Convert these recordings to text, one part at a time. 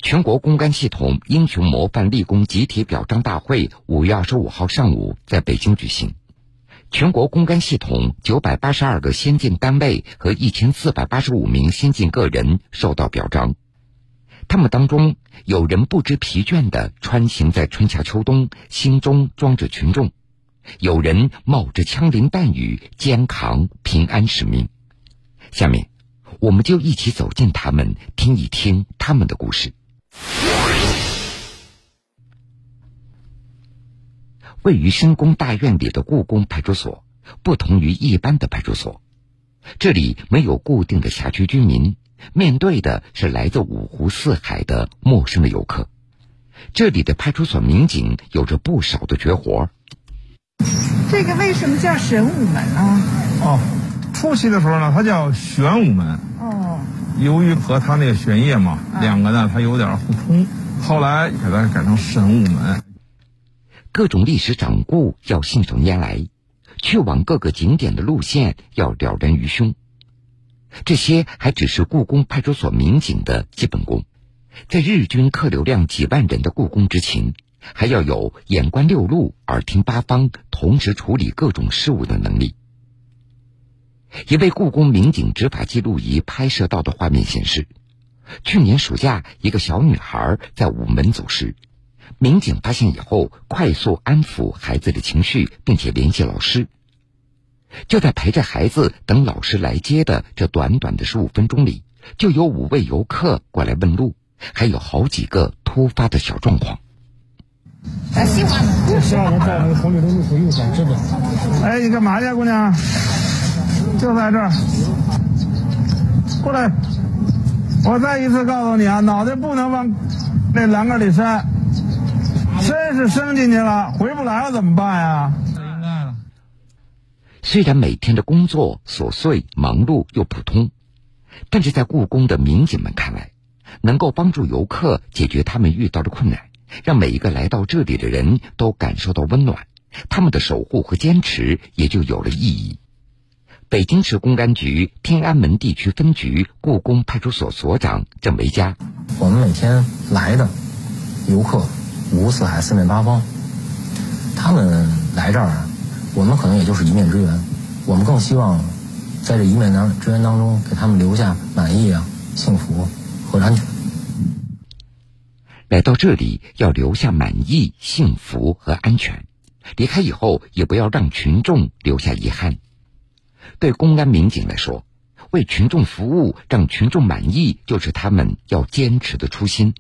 全国公安系统英雄模范立功集体表彰大会5月25号上午在北京举行。全国公安系统982个先进单位和1485名先进个人受到表彰。他们当中，有人不知疲倦地穿行在春夏秋冬，心中装着群众；有人冒着枪林弹雨，肩扛平安使命。下面，我们就一起走进他们，听一听他们的故事。位于深宫大院里的故宫派出所，不同于一般的派出所，这里没有固定的辖区居民，面对的是来自五湖四海的陌生的游客。这里的派出所民警有着不少的绝活。 这个为什么叫神武门啊？ 初期的时候呢，它叫玄武门。由于和它那个玄烨嘛，两个呢它有点互通，后来给它改成神武门。 各种历史掌故要信手拈来，去往各个景点的路线要了然于胸。这些还只是故宫派出所民警的基本功，在日均客流量几万人的故宫之前，还要有眼观六路、耳听八方，同时处理各种事务的能力。一位故宫民警执法记录仪拍摄到的画面显示，去年暑假一个小女孩在午门走失，民警发现以后快速安抚孩子的情绪，并且联系老师。就在陪着孩子等老师来接的这短短的15分钟里，就有5位游客过来问路，还有好几个突发的小状况。 这12年在那个红绿灯路口右转这边。 哎，你干嘛去，姑娘？就在这儿，过来！我再一次告诉你啊，脑袋不能往那栏杆里伸，真是伸进去了，回不来了怎么办呀？ 虽然每天的工作琐碎、忙碌又普通，但是在故宫的民警们看来，能够帮助游客解决他们遇到的困难，让每一个来到这里的人都感受到温暖，他们的守护和坚持也就有了意义。北京市公安局天安门地区分局故宫派出所所长郑维佳： 我们每天来的游客五湖四海、四面八方，他们来这儿，我们可能也就是一面之缘，我们更希望在这一面之缘当中给他们留下满意幸福和安全。 来到这里要留下满意、幸福和安全，离开以后也不要让群众留下遗憾。对公安民警来说，为群众服务，让群众满意，就是他们要坚持的初心。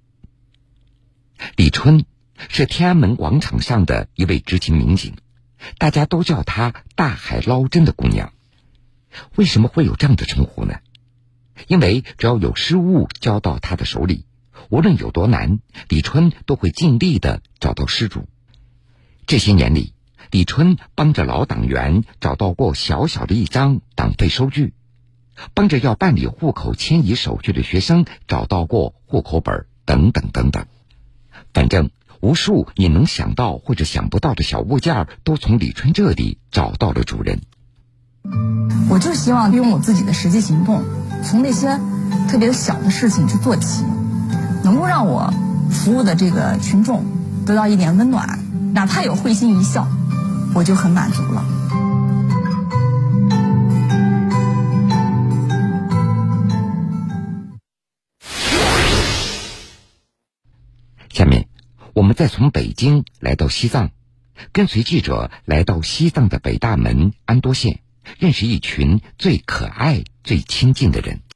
李春是天安门广场上的一位执勤民警，大家都叫她大海捞针的姑娘。为什么会有这样的称呼呢？因为只要有失物交到她的手里，无论有多难，李春都会尽力地找到失主。这些年里，李春帮着老党员找到过小小的一张党费收据，帮着要办理户口迁移手续的学生找到过户口本，等等等等。反正无数你能想到或者想不到的小物件都从李春这里找到了主人。 我就希望用我自己的实际行动，从那些特别小的事情去做起，能够让我服务的这个群众得到一点温暖，哪怕有会心一笑，我就很满足了。 下面我们再从北京来到西藏，跟随记者来到西藏的北大门安多县，认识一群最可爱、最亲近的人。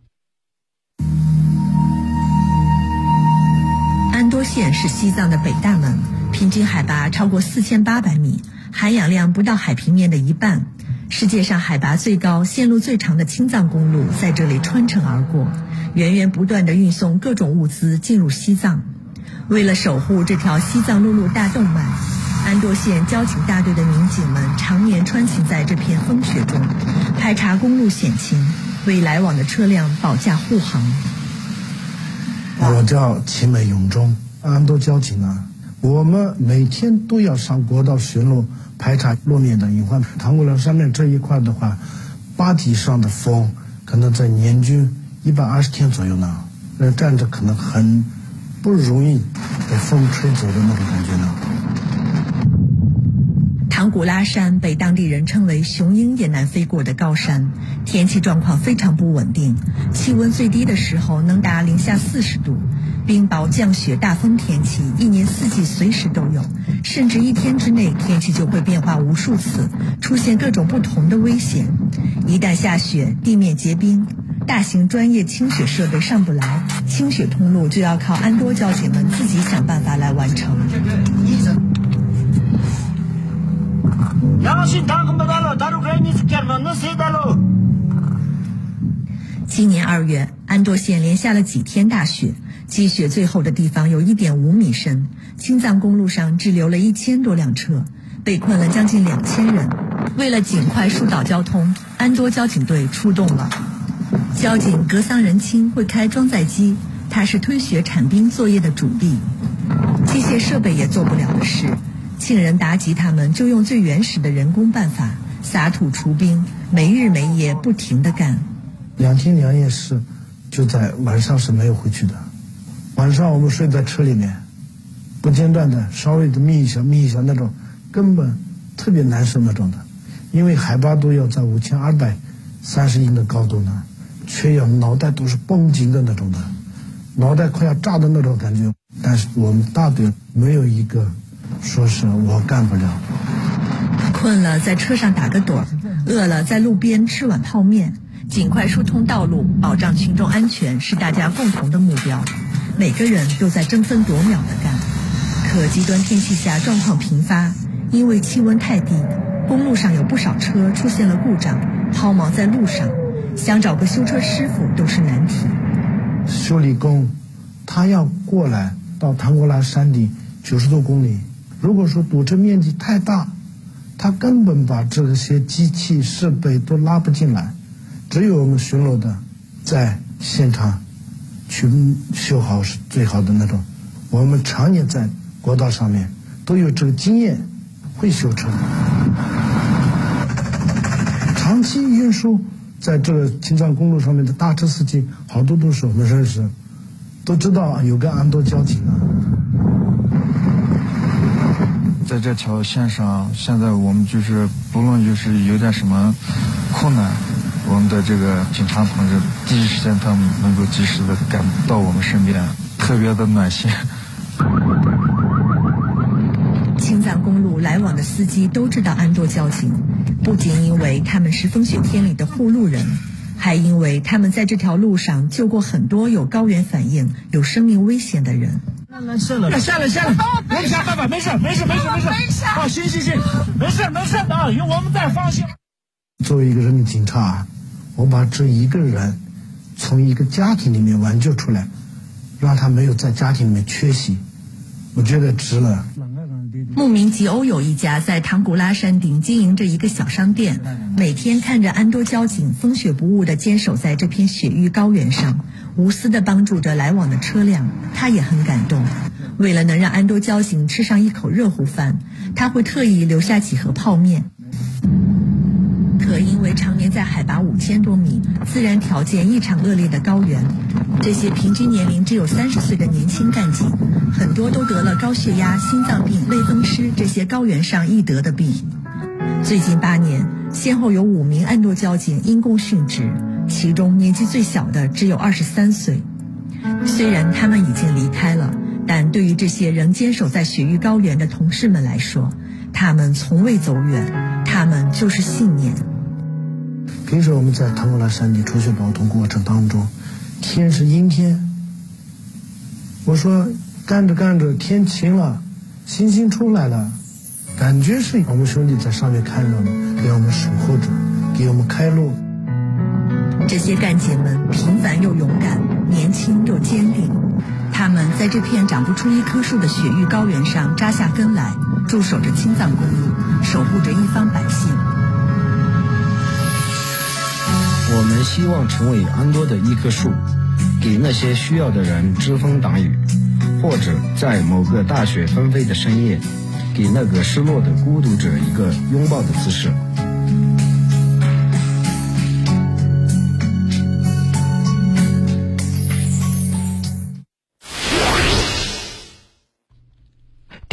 安多县是西藏的北大门，平均海拔超过4800米，含氧量不到海平面的一半。世界上海拔最高、线路最长的青藏公路在这里穿城而过，源源不断地运送各种物资进入西藏。为了守护这条西藏陆路大动脉，安多县交警大队的民警们常年穿行在这片风雪中，排查公路险情，为来往的车辆保驾护航。 我叫齐美永忠，安多交警我们每天都要上国道巡路排查路面的隐患。唐古拉山脉这一块的话，8级以上的风可能在年均120天左右呢。 站着可能很不容易被风吹走的那种感觉呢。 唐古拉山被当地人称为雄鹰也难飞过的高山，天气状况非常不稳定，气温最低的时候能达零下40度，冰雹、降雪、大风天气一年四季随时都有，甚至一天之内天气就会变化无数次，出现各种不同的危险。一旦下雪，地面结冰，大型专业清雪设备上不来，清雪通路就要靠安多交警们自己想办法来完成。今年2月，安多县连下了几天大雪，积雪最厚的地方有1.5米深，青藏公路上滞留了1000多辆车，被困了将近2000人。为了尽快疏导交通，安多交警队出动了。交警格桑仁清会开装载机，他是推雪铲冰作业的主力。机械设备也做不了的事，庆仁达吉他们就用最原始的人工办法撒土除冰，没日没夜不停地干。 2天2夜是就在晚上是没有回去的，晚上我们睡在车里面，不间断的稍微的眯一下那种，根本特别难受那种的，因为海拔都要在5230英的高度呢，却要脑袋都是绷紧的那种的，脑袋快要炸的那种感觉。但是我们大队没有一个说是我干不了。 困了在车上打个盹儿，饿了在路边吃碗泡面，尽快疏通道路，保障群众安全是大家共同的目标。每个人都在争分夺秒地干。可极端天气下状况频发，因为气温太低，公路上有不少车出现了故障，抛锚在路上，想找个修车师傅都是难题。 修理工他要过来到唐古拉山顶90多公里，如果说堵车面积太大，他根本把这些机器设备都拉不进来，只有我们巡逻的在现场去修好是最好的那种。我们常年在国道上面都有这个经验，会修车。长期运输在这个青藏公路上面的大车司机好多都是我们认识，都知道有个安多交警啊。 在这条线上，现在我们就是不论就是有点什么困难，我们的这个警察同志第一时间他们能够及时的赶到我们身边，特别的暖心。 青藏公路来往的司机都知道安多交警，不仅因为他们是风雪天里的护路人，还因为他们在这条路上救过很多有高原反应、有生命危险的人。 下来，别瞎爸爸，没事。好，行，没事的，有我们在放心。 作为一个人民警察，我把这一个人从一个家庭里面挽救出来，让他没有在家庭里面缺席，我觉得值了。 牧民吉欧有一家在唐古拉山顶经营着一个小商店，每天看着安多交警风雪不误地坚守在这片雪域高原上，无私地帮助着来往的车辆，他也很感动。为了能让安多交警吃上一口热乎饭，他会特意留下几盒泡面。可因为常年在海拔5000多米、自然条件异常恶劣的高原，这些平均年龄只有30岁的年轻干警，很多都得了高血压、心脏病、类风湿这些高原上易得的病。最近8年，先后有5名安多交警因公殉职，其中年纪最小的只有23岁。虽然他们已经离开了，但对于这些仍坚守在雪域高原的同事们来说，他们从未走远，他们就是信念。 平时我们在唐古拉山顶除雪保通过程当中，天是阴天，我说干着干着天晴了，星星出来了，感觉是我们兄弟在上面看着呢，给我们守护着，给我们开路。 这些干警们平凡又勇敢，年轻又坚定，他们在这片长不出一棵树的雪域高原上扎下根来，驻守着青藏公路，守护着一方百姓。 我们希望成为安多的一棵树，给那些需要的人遮风挡雨，或者在某个大雪纷飞的深夜，给那个失落的孤独者一个拥抱的姿势。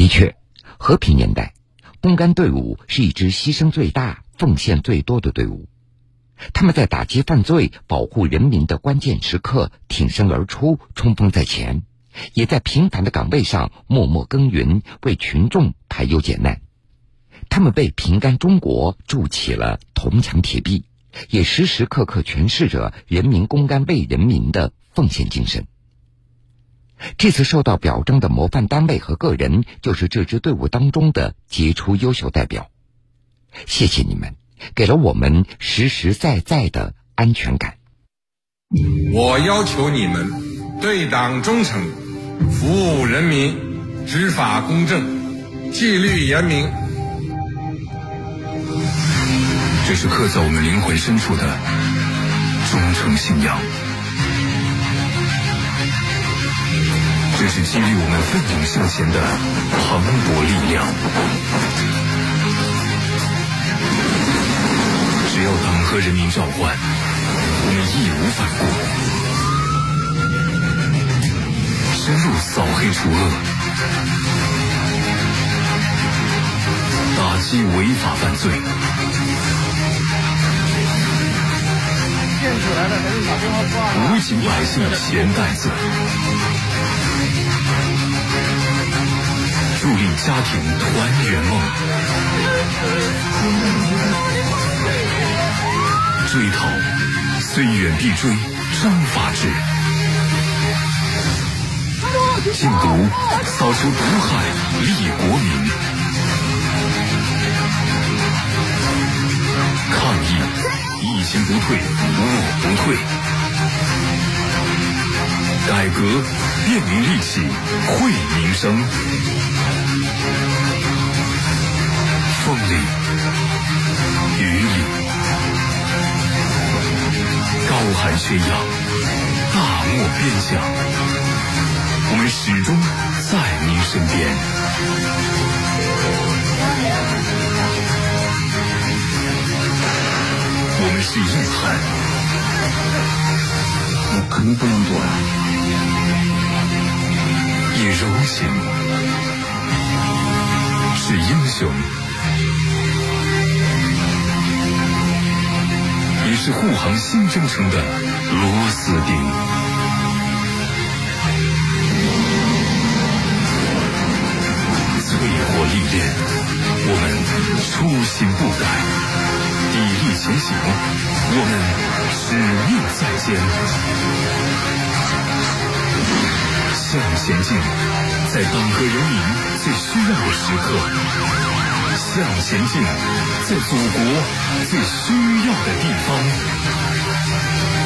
的确，和平年代，公安队伍是一支牺牲最大、奉献最多的队伍。他们在打击犯罪、保护人民的关键时刻挺身而出，冲锋在前，也在平凡的岗位上默默耕耘，为群众排忧解难。他们为平安中国筑起了铜墙铁壁，也时时刻刻诠释着人民公安为人民的奉献精神。这次受到表彰的模范单位和个人，就是这支队伍当中的杰出优秀代表。谢谢你们，给了我们实实在在的安全感。 我要求你们对党忠诚，服务人民，执法公正，纪律严明。 这是刻在我们灵魂深处的忠诚信仰，这是激励我们奋勇向前的磅礴力量。只要党和人民召唤，我们义无反顾，深入扫黑除恶，打击违法犯罪。武警百姓钱袋子，助力家庭团圆梦，追讨虽远必追张法治，禁毒扫除毒害利国民，抗疫疫情不退我不退，改革便民利器惠民生，风里雨里高喊宣扬大漠边疆，我们始终在您身边。我们是硬汉， 我肯定不能躲呀。 也柔情，是英雄，也是护航新征程的螺丝钉。淬火历练，我们初心不改；砥砺前行，我们使命在肩。向前进，在党和人民最需要的时刻；向前进，在祖国最需要的地方。